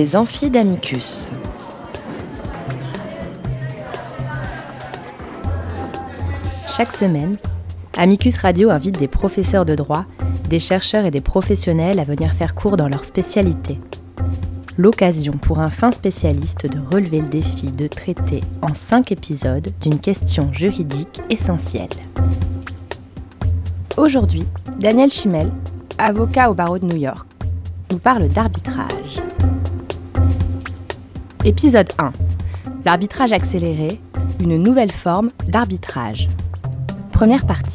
Les amphis d'Amicus. Chaque semaine, Amicus Radio invite des professeurs de droit, des chercheurs et des professionnels à venir faire cours dans leur spécialité. L'occasion pour un fin spécialiste de relever le défi de traiter en 5 épisodes d'une question juridique essentielle. Aujourd'hui, Daniel Schimmel, avocat au barreau de New York, nous parle d'arbitrage. Épisode 1. L'arbitrage accéléré, une nouvelle forme d'arbitrage. Première partie.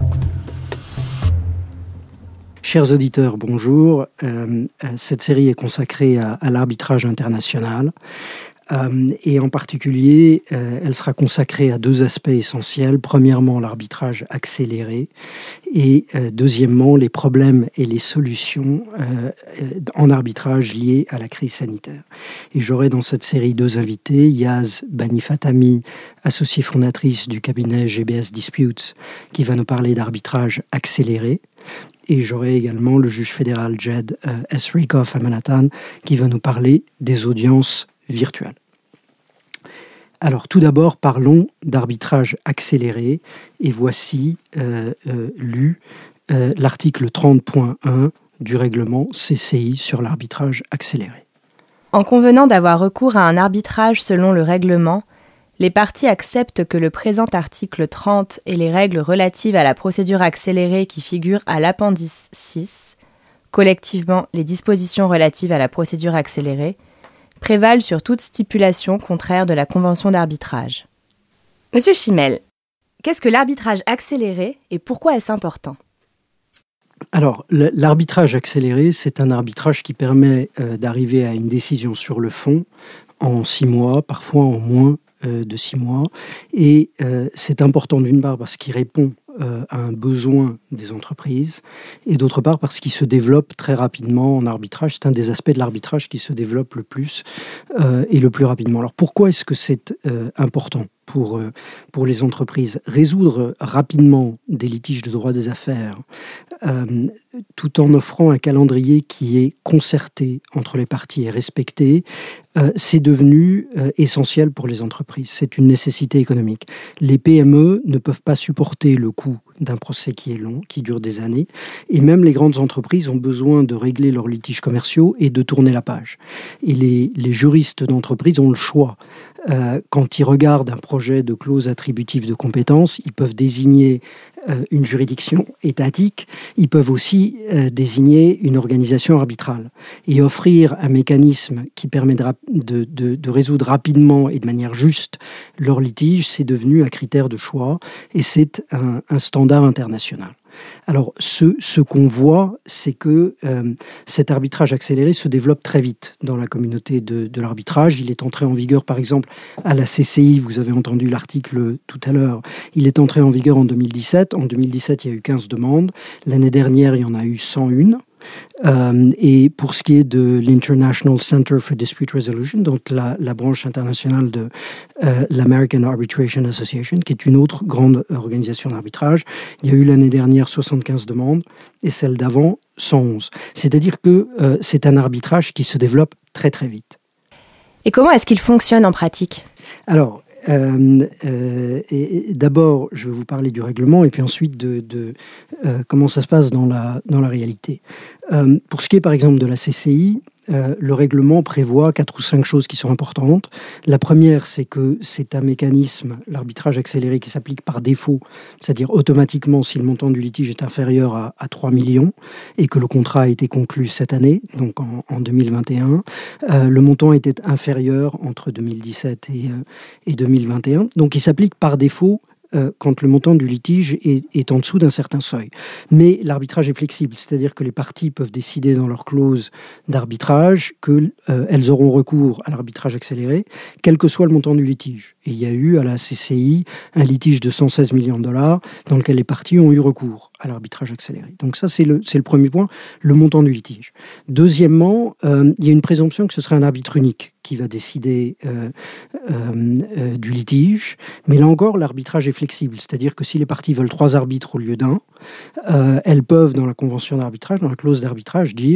Chers auditeurs, bonjour. Cette série est consacrée à l'arbitrage international. Et en particulier, elle sera consacrée à 2 aspects essentiels. Premièrement, l'arbitrage accéléré et deuxièmement, les problèmes et les solutions en arbitrage liés à la crise sanitaire. Et j'aurai dans cette série 2 invités, Yaz Bani-Fatami, associée fondatrice du cabinet GBS Disputes, qui va nous parler d'arbitrage accéléré. Et j'aurai également le juge fédéral Jed Esrikov à Manhattan, qui va nous parler des audiences virtuelles. Alors tout d'abord, parlons d'arbitrage accéléré et voici l'article 30.1 du règlement CCI sur l'arbitrage accéléré. En convenant d'avoir recours à un arbitrage selon le règlement, les parties acceptent que le présent article 30 et les règles relatives à la procédure accélérée qui figurent à l'appendice 6, collectivement les dispositions relatives à la procédure accélérée, prévalent sur toute stipulation contraire de la convention d'arbitrage. Monsieur Schimmel, qu'est-ce que l'arbitrage accéléré et pourquoi est-ce important ? Alors, l'arbitrage accéléré, c'est un arbitrage qui permet d'arriver à une décision sur le fond en 6 mois, parfois en moins de 6 mois. Et c'est important d'une part parce qu'il répond à un besoin des entreprises et d'autre part parce qu'il se développe très rapidement en arbitrage. C'est un des aspects de l'arbitrage qui se développe le plus et le plus rapidement. Alors pourquoi est-ce que c'est important pour les entreprises? Résoudre rapidement des litiges de droit des affaires tout en offrant un calendrier qui est concerté entre les parties et respecté, c'est devenu essentiel pour les entreprises. C'est une nécessité économique. Les PME ne peuvent pas supporter le coût d'un procès qui est long, qui dure des années, et même les grandes entreprises ont besoin de régler leurs litiges commerciaux et de tourner la page. Et les juristes d'entreprise ont le choix. Quand ils regardent un projet de clause attributive de compétences, ils peuvent désigner une juridiction étatique, ils peuvent aussi désigner une organisation arbitrale et offrir un mécanisme qui permet de résoudre rapidement et de manière juste leur litige. C'est devenu un critère de choix et c'est un standard international. Alors, ce qu'on voit, c'est que cet arbitrage accéléré se développe très vite dans la communauté de l'arbitrage. Il est entré en vigueur, par exemple, à la CCI. Vous avez entendu l'article tout à l'heure. Il est entré en vigueur en 2017. En 2017, il y a eu 15 demandes. L'année dernière, il y en a eu 101. Et pour ce qui est de l'International Center for Dispute Resolution, donc la branche internationale de l'American Arbitration Association, qui est une autre grande organisation d'arbitrage, il y a eu l'année dernière 75 demandes et celle d'avant 111. C'est-à-dire que c'est un arbitrage qui se développe très très vite. Et comment est-ce qu'il fonctionne en pratique ? Alors, d'abord, je vais vous parler du règlement et puis ensuite de comment ça se passe dans la réalité. Pour ce qui est par exemple de la CCI, le règlement prévoit 4 ou 5 choses qui sont importantes. La première, c'est que c'est un mécanisme, l'arbitrage accéléré, qui s'applique par défaut, c'est-à-dire automatiquement si le montant du litige est inférieur à 3 millions et que le contrat a été conclu cette année, donc en 2021. Le montant était inférieur entre 2017 et 2021. Donc il s'applique par défaut quand le montant du litige est en dessous d'un certain seuil. Mais l'arbitrage est flexible, c'est-à-dire que les parties peuvent décider dans leur clause d'arbitrage qu'elles auront recours à l'arbitrage accéléré, quel que soit le montant du litige. Et il y a eu à la CCI un litige de 116 millions de dollars dans lequel les parties ont eu recours à l'arbitrage accéléré. Donc ça, c'est le premier point, le montant du litige. Deuxièmement, il y a une présomption que ce serait un arbitre unique qui va décider du litige. Mais là encore, l'arbitrage est flexible. C'est-à-dire que si les parties veulent 3 arbitres au lieu d'1, elles peuvent, dans la convention d'arbitrage, dans la clause d'arbitrage, dire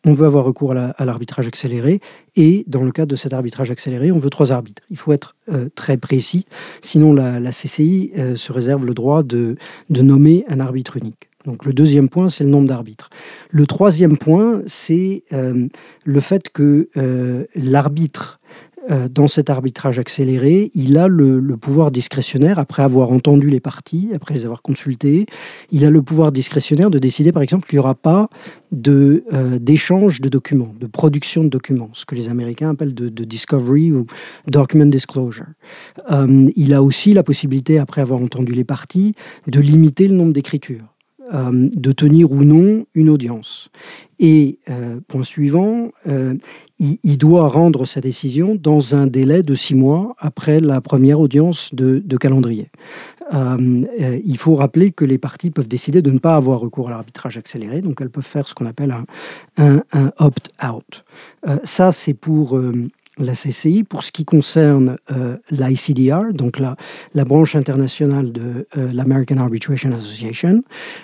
on veut avoir recours à l'arbitrage accéléré, et dans le cadre de cet arbitrage accéléré, on veut 3 arbitres. Il faut être très précis, sinon la CCI se réserve le droit de nommer un arbitre unique. Donc le deuxième point, c'est le nombre d'arbitres. Le troisième point, c'est le fait que l'arbitre, dans cet arbitrage accéléré, il a le pouvoir discrétionnaire, après avoir entendu les parties, après les avoir consultées, il a le pouvoir discrétionnaire de décider, par exemple, qu'il n'y aura pas d'échange de documents, de production de documents, ce que les Américains appellent de discovery ou document disclosure. Il a aussi la possibilité, après avoir entendu les parties, de limiter le nombre d'écritures. De tenir ou non une audience. Et, point suivant, il doit rendre sa décision dans un délai de 6 mois après la première audience de calendrier. Il faut rappeler que les parties peuvent décider de ne pas avoir recours à l'arbitrage accéléré, donc elles peuvent faire ce qu'on appelle un opt-out. Ça, c'est pour la CCI. Pour ce qui concerne l'ICDR, donc la branche internationale de l'American Arbitration Association,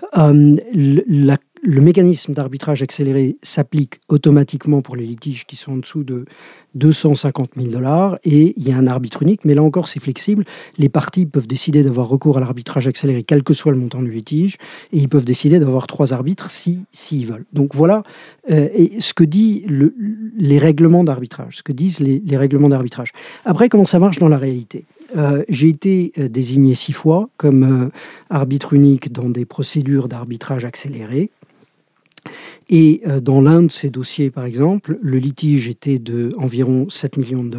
le mécanisme d'arbitrage accéléré s'applique automatiquement pour les litiges qui sont en dessous de $250 000 et il y a un arbitre unique, mais là encore c'est flexible. Les parties peuvent décider d'avoir recours à l'arbitrage accéléré quel que soit le montant du litige et ils peuvent décider d'avoir 3 arbitres s'ils veulent. Donc voilà et ce que disent les règlements d'arbitrage, les règlements d'arbitrage. Après, comment ça marche dans la réalité ? J'ai été désigné 6 fois comme arbitre unique dans des procédures d'arbitrage accéléré. Et dans l'un de ces dossiers, par exemple, le litige était d'environ $7 millions.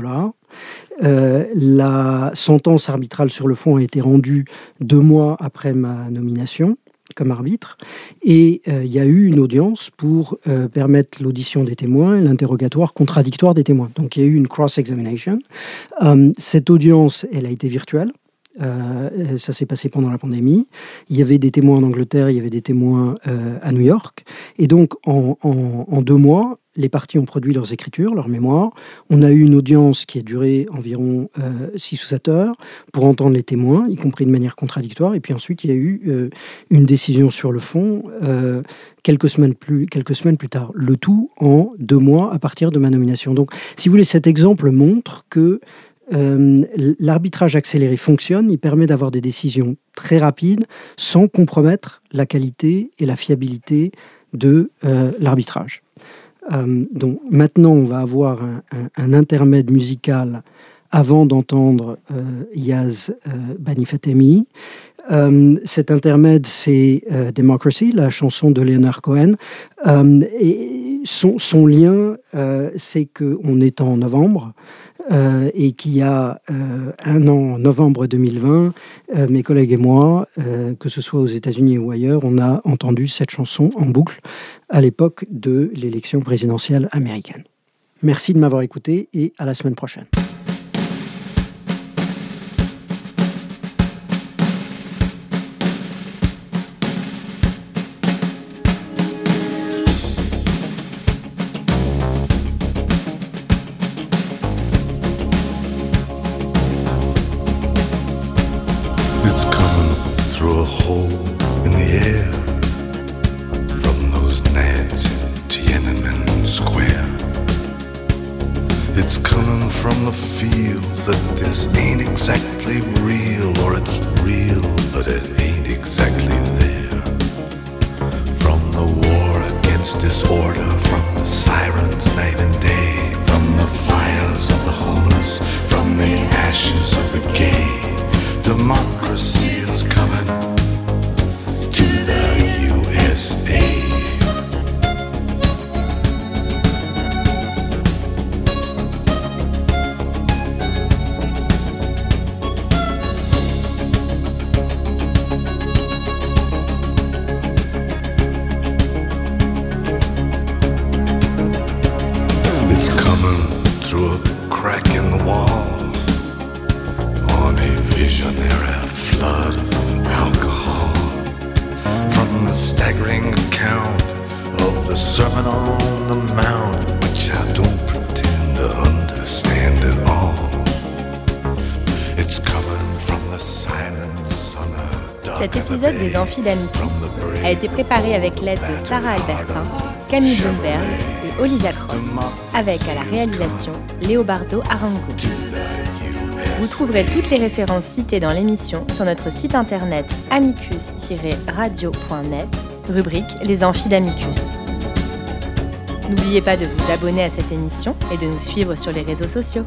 La sentence arbitrale sur le fond a été rendue 2 mois après ma nomination comme arbitre. Et il y a eu une audience pour permettre l'audition des témoins et l'interrogatoire contradictoire des témoins. Donc il y a eu une cross-examination. Cette audience, elle a été virtuelle. Ça s'est passé pendant la pandémie. Il y avait des témoins en Angleterre, il y avait des témoins à New York. Et donc, en 2 mois, les parties ont produit leurs écritures, leurs mémoires. On a eu une audience qui a duré environ 6 ou 7 heures pour entendre les témoins, y compris de manière contradictoire. Et puis ensuite, il y a eu une décision sur le fond quelques semaines plus tard. Le tout en 2 mois à partir de ma nomination. Donc, si vous voulez, cet exemple montre que l'arbitrage accéléré fonctionne, il permet d'avoir des décisions très rapides sans compromettre la qualité et la fiabilité de l'arbitrage. Donc maintenant, on va avoir un intermède musical avant d'entendre Yaz Bani Fatemi. Cet intermède, c'est Democracy, la chanson de Leonard Cohen. Et son lien, c'est qu'on est en novembre et qu'il y a 1 an, novembre 2020, mes collègues et moi, que ce soit aux États-Unis ou ailleurs, on a entendu cette chanson en boucle à l'époque de l'élection présidentielle américaine. Merci de m'avoir écouté et à la semaine prochaine. Cet épisode des Amphidamitis a été préparé avec l'aide de Sarah Albertin, Camille Bloomberg et Olivia Cross, avec à la réalisation Léobardo Arango. Vous trouverez toutes les références citées dans l'émission sur notre site internet amicus-radio.net, rubrique Les Amphis d'Amicus. N'oubliez pas de vous abonner à cette émission et de nous suivre sur les réseaux sociaux.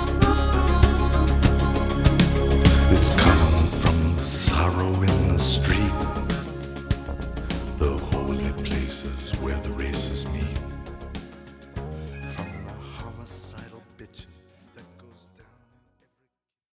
It's come from the sorrow in the street.